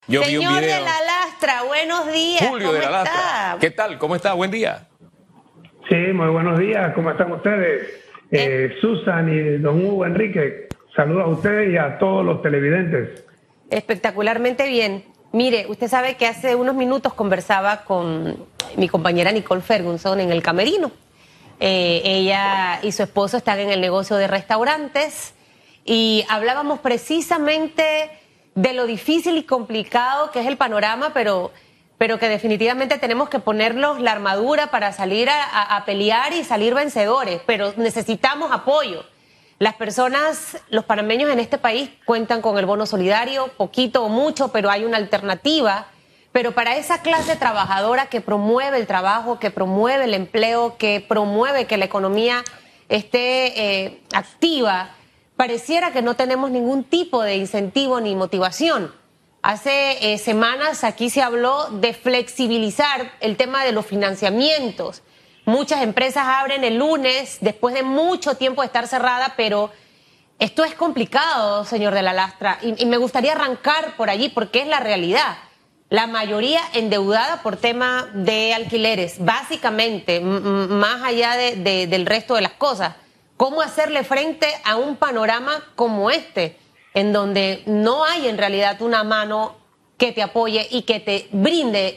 Yo vi un Señor video. de la Lastra, buenos días. Julio de la Lastra. ¿Qué tal? ¿Cómo está? Buen día. Sí, muy buenos días. ¿Cómo están ustedes? Susan y don Hugo Enrique, saludos a ustedes y a todos los televidentes. Espectacularmente bien. Mire, usted sabe que hace unos minutos conversaba con mi compañera Nicole Ferguson en el camerino. Ella y su esposo están en el negocio de restaurantes y hablábamos precisamente de lo difícil y complicado que es el panorama, pero que definitivamente tenemos que ponernos la armadura para salir a pelear y salir vencedores, pero necesitamos apoyo. Las personas, los panameños en este país cuentan con el bono solidario, poquito o mucho, pero hay una alternativa. Pero para esa clase trabajadora que promueve el trabajo, que promueve el empleo, que promueve que la economía esté activa, pareciera que no tenemos ningún tipo de incentivo ni motivación. Hace semanas aquí se habló de flexibilizar el tema de los financiamientos. Muchas empresas abren el lunes después de mucho tiempo de estar cerrada, pero esto es complicado, señor de la Lastra, y me gustaría arrancar por allí porque es la realidad. La mayoría endeudada por tema de alquileres, básicamente, más allá del resto de las cosas. ¿Cómo hacerle frente a un panorama como este, en donde no hay en realidad una mano que te apoye y que te brinde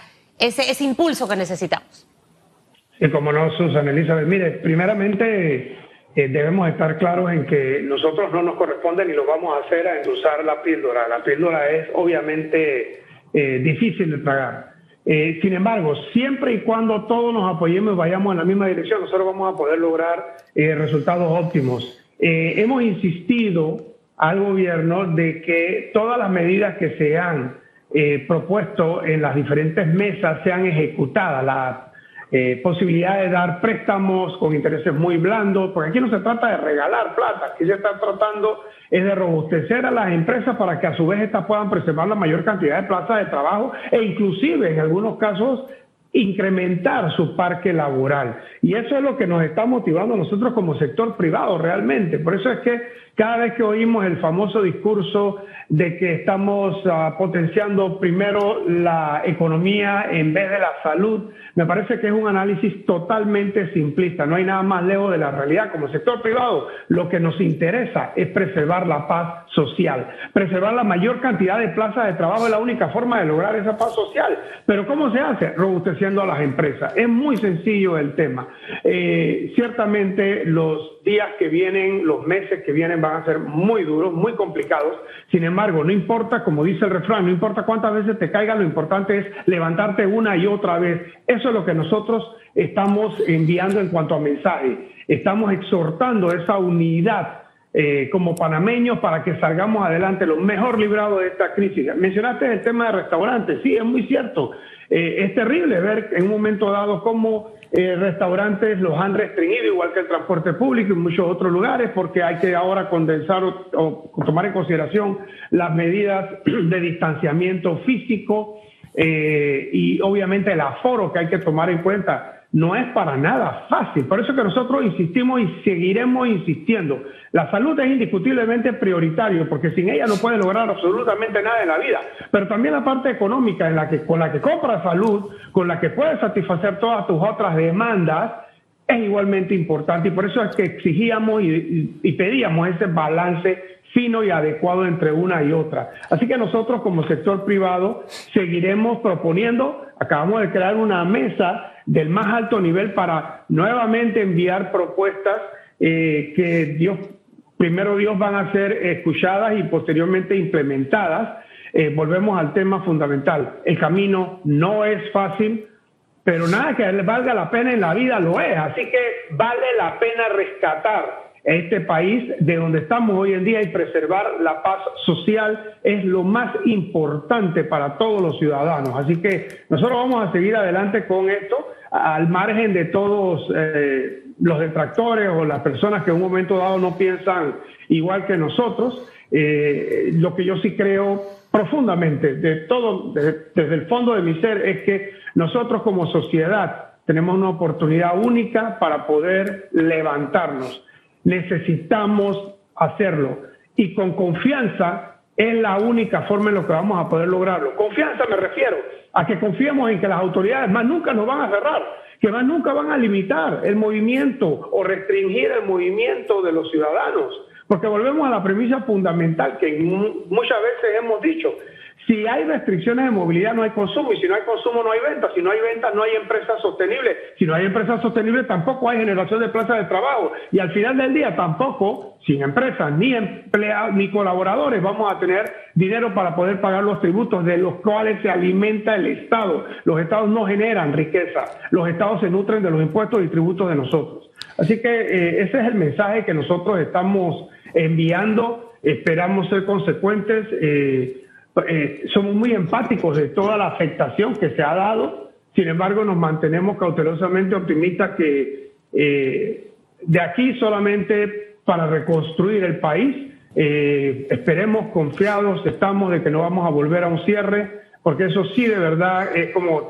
ese impulso que necesitamos? Y como no, Susan Elizabeth, mire, primeramente debemos estar claros en que nosotros no nos corresponde ni lo vamos a hacer a endulzar la píldora. La píldora es obviamente difícil de tragar. Sin embargo, siempre y cuando todos nos apoyemos y vayamos en la misma dirección, nosotros vamos a poder lograr resultados óptimos. Hemos insistido al gobierno de que todas las medidas que se han propuesto en las diferentes mesas sean ejecutadas. La posibilidad de dar préstamos con intereses muy blandos, porque aquí no se trata de regalar plata, aquí se está tratando es de robustecer a las empresas para que a su vez estas puedan preservar la mayor cantidad de plazas de trabajo e inclusive en algunos casos incrementar su parque laboral. Y eso es lo que nos está motivando a nosotros como sector privado realmente. Por eso es que cada vez que oímos el famoso discurso de que estamos potenciando primero la economía en vez de la salud, me parece que es un análisis totalmente simplista. No hay nada más lejos de la realidad. Como sector privado, lo que nos interesa es preservar la paz social. Preservar la mayor cantidad de plazas de trabajo es la única forma de lograr esa paz social. Pero ¿cómo se hace? Robusteciendo a las empresas. Es muy sencillo el tema. Ciertamente los días que vienen, los meses que vienen van a ser muy duros, muy complicados. Sin embargo, no importa, como dice el refrán, no importa cuántas veces te caigas, lo importante es levantarte una y otra vez. Eso es lo que nosotros estamos enviando en cuanto a mensaje. Estamos exhortando esa unidad como panameños para que salgamos adelante lo mejor librados de esta crisis. Mencionaste el tema de restaurantes. Sí, es muy cierto. Es terrible ver en un momento dado cómo restaurantes los han restringido, igual que el transporte público y muchos otros lugares, porque hay que ahora condensar o tomar en consideración las medidas de distanciamiento físico y obviamente el aforo que hay que tomar en cuenta. No es para nada fácil. Por eso que nosotros insistimos y seguiremos insistiendo. La salud es indiscutiblemente prioritario, porque sin ella no puedes lograr absolutamente nada en la vida. Pero también la parte económica con la que compras salud, con la que puedes satisfacer todas tus otras demandas, es igualmente importante. Y por eso es que exigíamos y pedíamos ese balance fino y adecuado entre una y otra. Así que nosotros como sector privado seguiremos proponiendo, acabamos de crear una mesa del más alto nivel para nuevamente enviar propuestas que primero Dios van a ser escuchadas y posteriormente implementadas. Volvemos al tema fundamental. El camino no es fácil, pero nada que valga la pena en la vida lo es. Así que vale la pena rescatar este país de donde estamos hoy en día y preservar la paz social es lo más importante para todos los ciudadanos. Así que nosotros vamos a seguir adelante con esto, al margen de todos los detractores o las personas que en un momento dado no piensan igual que nosotros. Lo que yo sí creo profundamente, desde el fondo de mi ser, es que nosotros como sociedad tenemos una oportunidad única para poder levantarnos. Necesitamos hacerlo y con confianza es la única forma en la que vamos a poder lograrlo. Confianza me refiero a que confiemos en que las autoridades más nunca nos van a cerrar, que más nunca van a limitar el movimiento o restringir el movimiento de los ciudadanos. Porque volvemos a la premisa fundamental que muchas veces hemos dicho. Si hay restricciones de movilidad no hay consumo, y si no hay consumo no hay ventas, si no hay ventas no hay empresas sostenibles, si no hay empresas sostenibles tampoco hay generación de plazas de trabajo, y al final del día tampoco, sin empresas, ni empleados, ni colaboradores, vamos a tener dinero para poder pagar los tributos de los cuales se alimenta el Estado. Los Estados no generan riqueza, los Estados se nutren de los impuestos y tributos de nosotros. Así que ese es el mensaje que nosotros estamos enviando, esperamos ser consecuentes. Somos muy empáticos de toda la afectación que se ha dado, sin embargo nos mantenemos cautelosamente optimistas que de aquí solamente para reconstruir el país, esperemos confiados, estamos de que no vamos a volver a un cierre, porque eso sí de verdad es como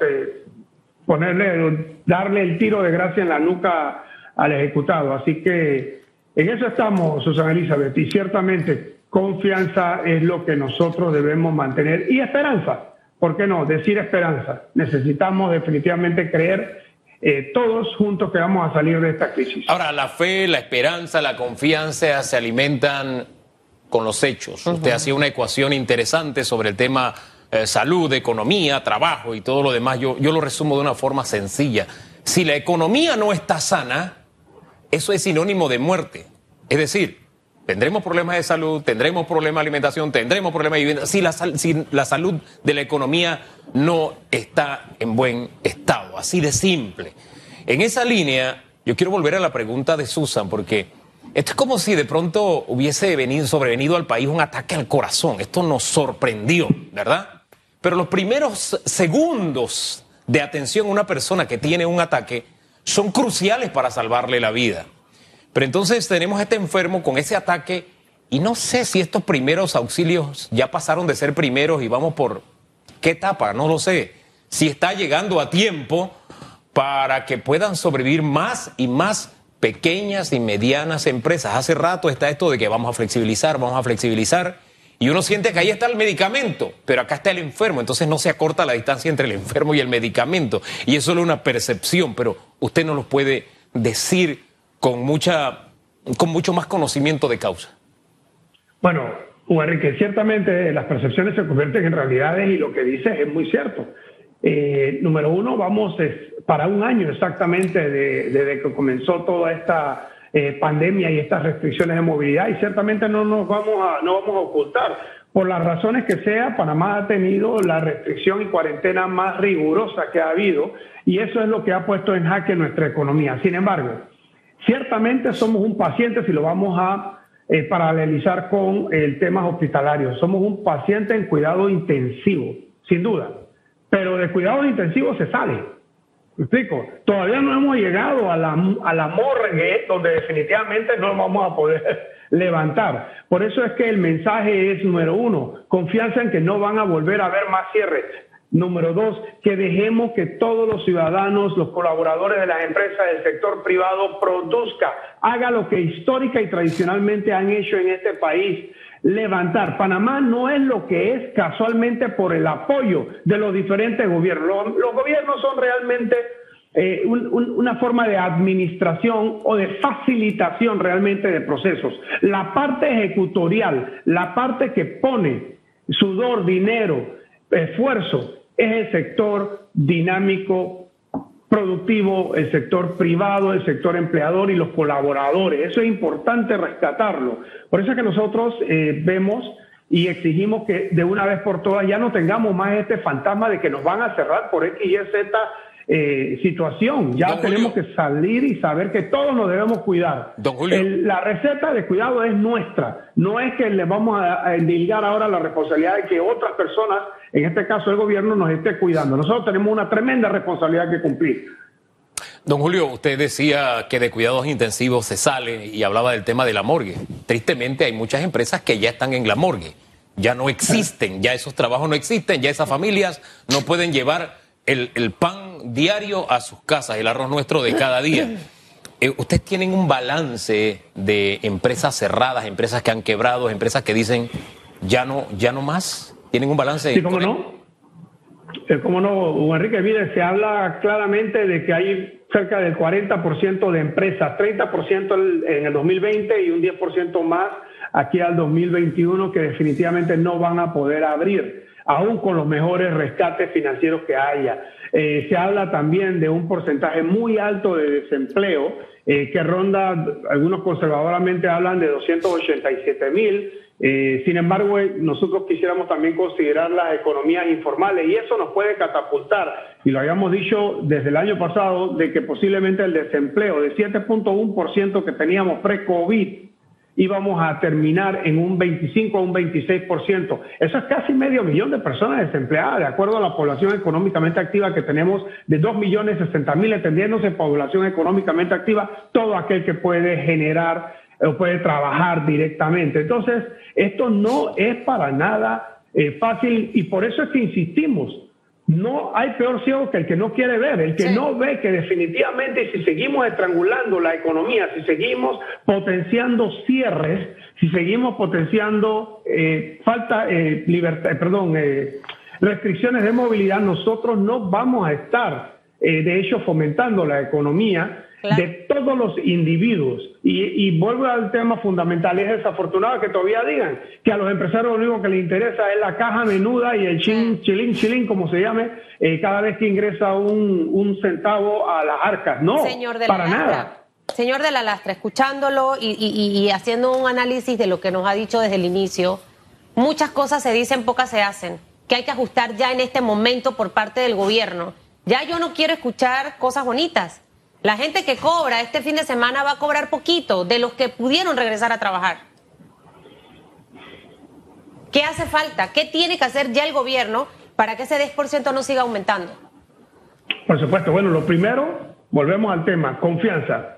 darle el tiro de gracia en la nuca al ejecutado. Así que en eso estamos, Susana Elizabeth, y ciertamente confianza es lo que nosotros debemos mantener, y esperanza, ¿por qué no? Decir esperanza. Necesitamos definitivamente creer todos juntos que vamos a salir de esta crisis. Ahora, la fe, la esperanza, la confianza se alimentan con los hechos. Usted hacía una ecuación interesante sobre el tema salud, economía, trabajo y todo lo demás. Yo lo resumo de una forma sencilla. Si la economía no está sana, eso es sinónimo de muerte. Es decir, tendremos problemas de salud, tendremos problemas de alimentación, tendremos problemas de vivienda. Si la salud de la economía no está en buen estado, así de simple. En esa línea, yo quiero volver a la pregunta de Susan, porque esto es como si de pronto hubiese sobrevenido al país un ataque al corazón. Esto nos sorprendió, ¿verdad? Pero los primeros segundos de atención a una persona que tiene un ataque son cruciales para salvarle la vida. Pero entonces tenemos a este enfermo con ese ataque y no sé si estos primeros auxilios ya pasaron de ser primeros y vamos por qué etapa, no lo sé. Si está llegando a tiempo para que puedan sobrevivir más y más pequeñas y medianas empresas. Hace rato está esto de que vamos a flexibilizar y uno siente que ahí está el medicamento, pero acá está el enfermo, entonces no se acorta la distancia entre el enfermo y el medicamento y es solo una percepción, pero usted no lo puede decir con mucho más conocimiento de causa. Bueno, Hugo Enrique, ciertamente las percepciones se convierten en realidades y lo que dices es muy cierto. Número uno, vamos para un año exactamente desde que comenzó toda esta pandemia y estas restricciones de movilidad y ciertamente no vamos a ocultar. Por las razones que sea, Panamá ha tenido la restricción y cuarentena más rigurosa que ha habido y eso es lo que ha puesto en jaque nuestra economía. Sin embargo, ciertamente somos un paciente, si lo vamos a paralelizar con el tema hospitalario, somos un paciente en cuidado intensivo, sin duda, pero de cuidado intensivo se sale. ¿Me explico? Todavía no hemos llegado a la morgue donde definitivamente no vamos a poder levantar. Por eso es que el mensaje es, número uno, confianza en que no van a volver a haber más cierres. Número dos, que dejemos que todos los ciudadanos, los colaboradores de las empresas del sector privado produzca, haga lo que histórica y tradicionalmente han hecho en este país, levantar. Panamá no es lo que es casualmente por el apoyo de los diferentes gobiernos. Los gobiernos son realmente una forma de administración o de facilitación realmente de procesos. La parte ejecutorial, la parte que pone sudor, dinero, esfuerzo, es el sector dinámico, productivo, el sector privado, el sector empleador y los colaboradores. Eso es importante rescatarlo. Por eso es que nosotros vemos y exigimos que de una vez por todas ya no tengamos más este fantasma de que nos van a cerrar por X, Y, Z situación. Ya Don tenemos Julio, que salir y saber que todos nos debemos cuidar. Don Julio, La receta de cuidado es nuestra. No es que le vamos a endilgar ahora la responsabilidad de que otras personas, en este caso el gobierno, nos esté cuidando. Nosotros tenemos una tremenda responsabilidad que cumplir. Don Julio, usted decía que de cuidados intensivos se sale y hablaba del tema de la morgue. Tristemente hay muchas empresas que ya están en la morgue. Ya no existen, ya esos trabajos no existen, ya esas familias no pueden llevar el pan diario a sus casas, el arroz nuestro de cada día. ¿Ustedes tienen un balance de empresas cerradas, empresas que han quebrado, empresas que dicen ya no más. ¿Tienen un balance? Sí, cómo no. Cómo no, Hugo Enrique, mire, se habla claramente de que hay cerca del 40% de empresas, 30% en el 2020 y un 10% más aquí al 2021 que definitivamente no van a poder abrir, aún con los mejores rescates financieros que haya. Se habla también de un porcentaje muy alto de desempleo que ronda, algunos conservadoramente hablan de 287,000. Sin embargo, nosotros quisiéramos también considerar las economías informales y eso nos puede catapultar, y lo habíamos dicho desde el año pasado, de que posiblemente el desempleo de 7.1% que teníamos pre-COVID íbamos a terminar en un 25 a un 26%. Eso es casi 500,000 de personas desempleadas, de acuerdo a la población económicamente activa que tenemos de 2.060.000, entendiéndose población económicamente activa, todo aquel que puede generar o puede trabajar directamente. Entonces, esto no es para nada fácil y por eso es que insistimos. No hay peor ciego que el que no quiere ver, el que no ve que definitivamente si seguimos estrangulando la economía, si seguimos potenciando cierres, si seguimos potenciando restricciones de movilidad, nosotros no vamos a estar, de hecho, fomentando la economía de todos los individuos. Y vuelvo al tema fundamental, es desafortunado que todavía digan que a los empresarios lo único que les interesa es la caja menuda y el chilín, como se llame, cada vez que ingresa un centavo a las arcas. No, para nada. Señor de la Lastra, escuchándolo y haciendo un análisis de lo que nos ha dicho desde el inicio, muchas cosas se dicen, pocas se hacen, que hay que ajustar ya en este momento por parte del gobierno. Ya yo no quiero escuchar cosas bonitas. La gente que cobra este fin de semana va a cobrar poquito de los que pudieron regresar a trabajar. ¿Qué hace falta? ¿Qué tiene que hacer ya el gobierno para que ese 10% no siga aumentando? Por supuesto. Bueno, lo primero, volvemos al tema, confianza.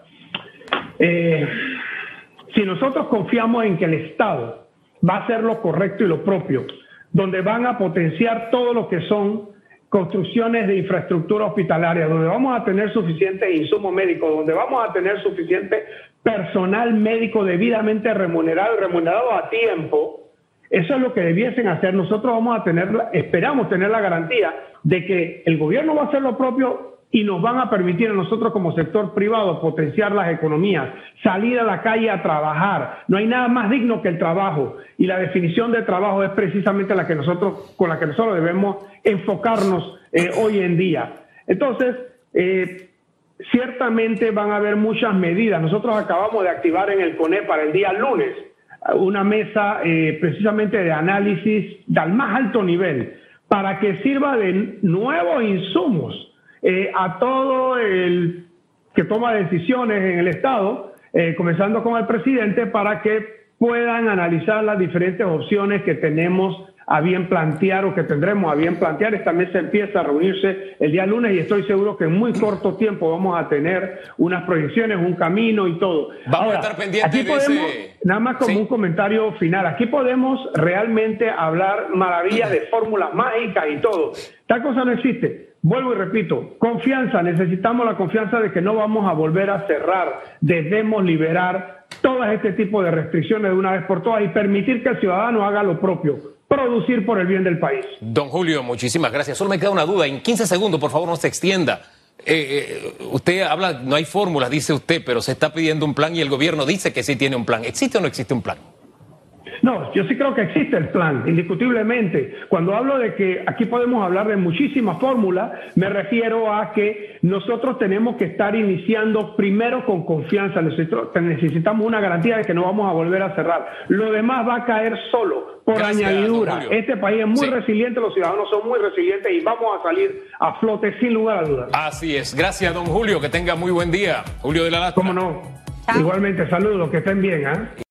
Si nosotros confiamos en que el Estado va a hacer lo correcto y lo propio, donde van a potenciar todo lo que son construcciones de infraestructura hospitalaria, donde vamos a tener suficientes insumos médicos, donde vamos a tener suficiente personal médico debidamente remunerado a tiempo, eso es lo que debiesen hacer. Nosotros esperamos tener la garantía de que el gobierno va a hacer lo propio y nos van a permitir a nosotros como sector privado potenciar las economías, salir a la calle a trabajar. No hay nada más digno que el trabajo y la definición de trabajo es precisamente con la que nosotros debemos enfocarnos hoy en día. Entonces, ciertamente van a haber muchas medidas. Nosotros acabamos de activar en el CONE para el día lunes una mesa precisamente de análisis al más alto nivel para que sirva de nuevos insumos a todo el que toma decisiones en el Estado, comenzando con el presidente, para que puedan analizar las diferentes opciones que tenemos a bien plantear o que tendremos a bien plantear. Esta mesa empieza a reunirse el día lunes y estoy seguro que en muy corto tiempo vamos a tener unas proyecciones, un camino y todo. Vamos a estar pendientes de ese... Nada más como un comentario final. Aquí podemos realmente hablar maravillas de fórmulas mágicas y todo. Tal cosa no existe. Vuelvo y repito, confianza, necesitamos la confianza de que no vamos a volver a cerrar, debemos liberar todo este tipo de restricciones de una vez por todas y permitir que el ciudadano haga lo propio, producir por el bien del país. Don Julio, muchísimas gracias. Solo me queda una duda, en 15 segundos, por favor, no se extienda. Usted habla, no hay fórmulas, dice usted, pero se está pidiendo un plan y el gobierno dice que sí tiene un plan. ¿Existe o no existe un plan? No, yo sí creo que existe el plan, indiscutiblemente. Cuando hablo de que aquí podemos hablar de muchísimas fórmulas, me refiero a que nosotros tenemos que estar iniciando primero con confianza. Necesitamos una garantía de que no vamos a volver a cerrar. Lo demás va a caer solo, por añadidura. Este país es muy resiliente, los ciudadanos son muy resilientes y vamos a salir a flote sin lugar a dudas. Así es. Gracias, don Julio. Que tenga muy buen día. Julio de la Lastra. ¿Cómo no? Chao. Igualmente, saludos, que estén bien, ¿eh?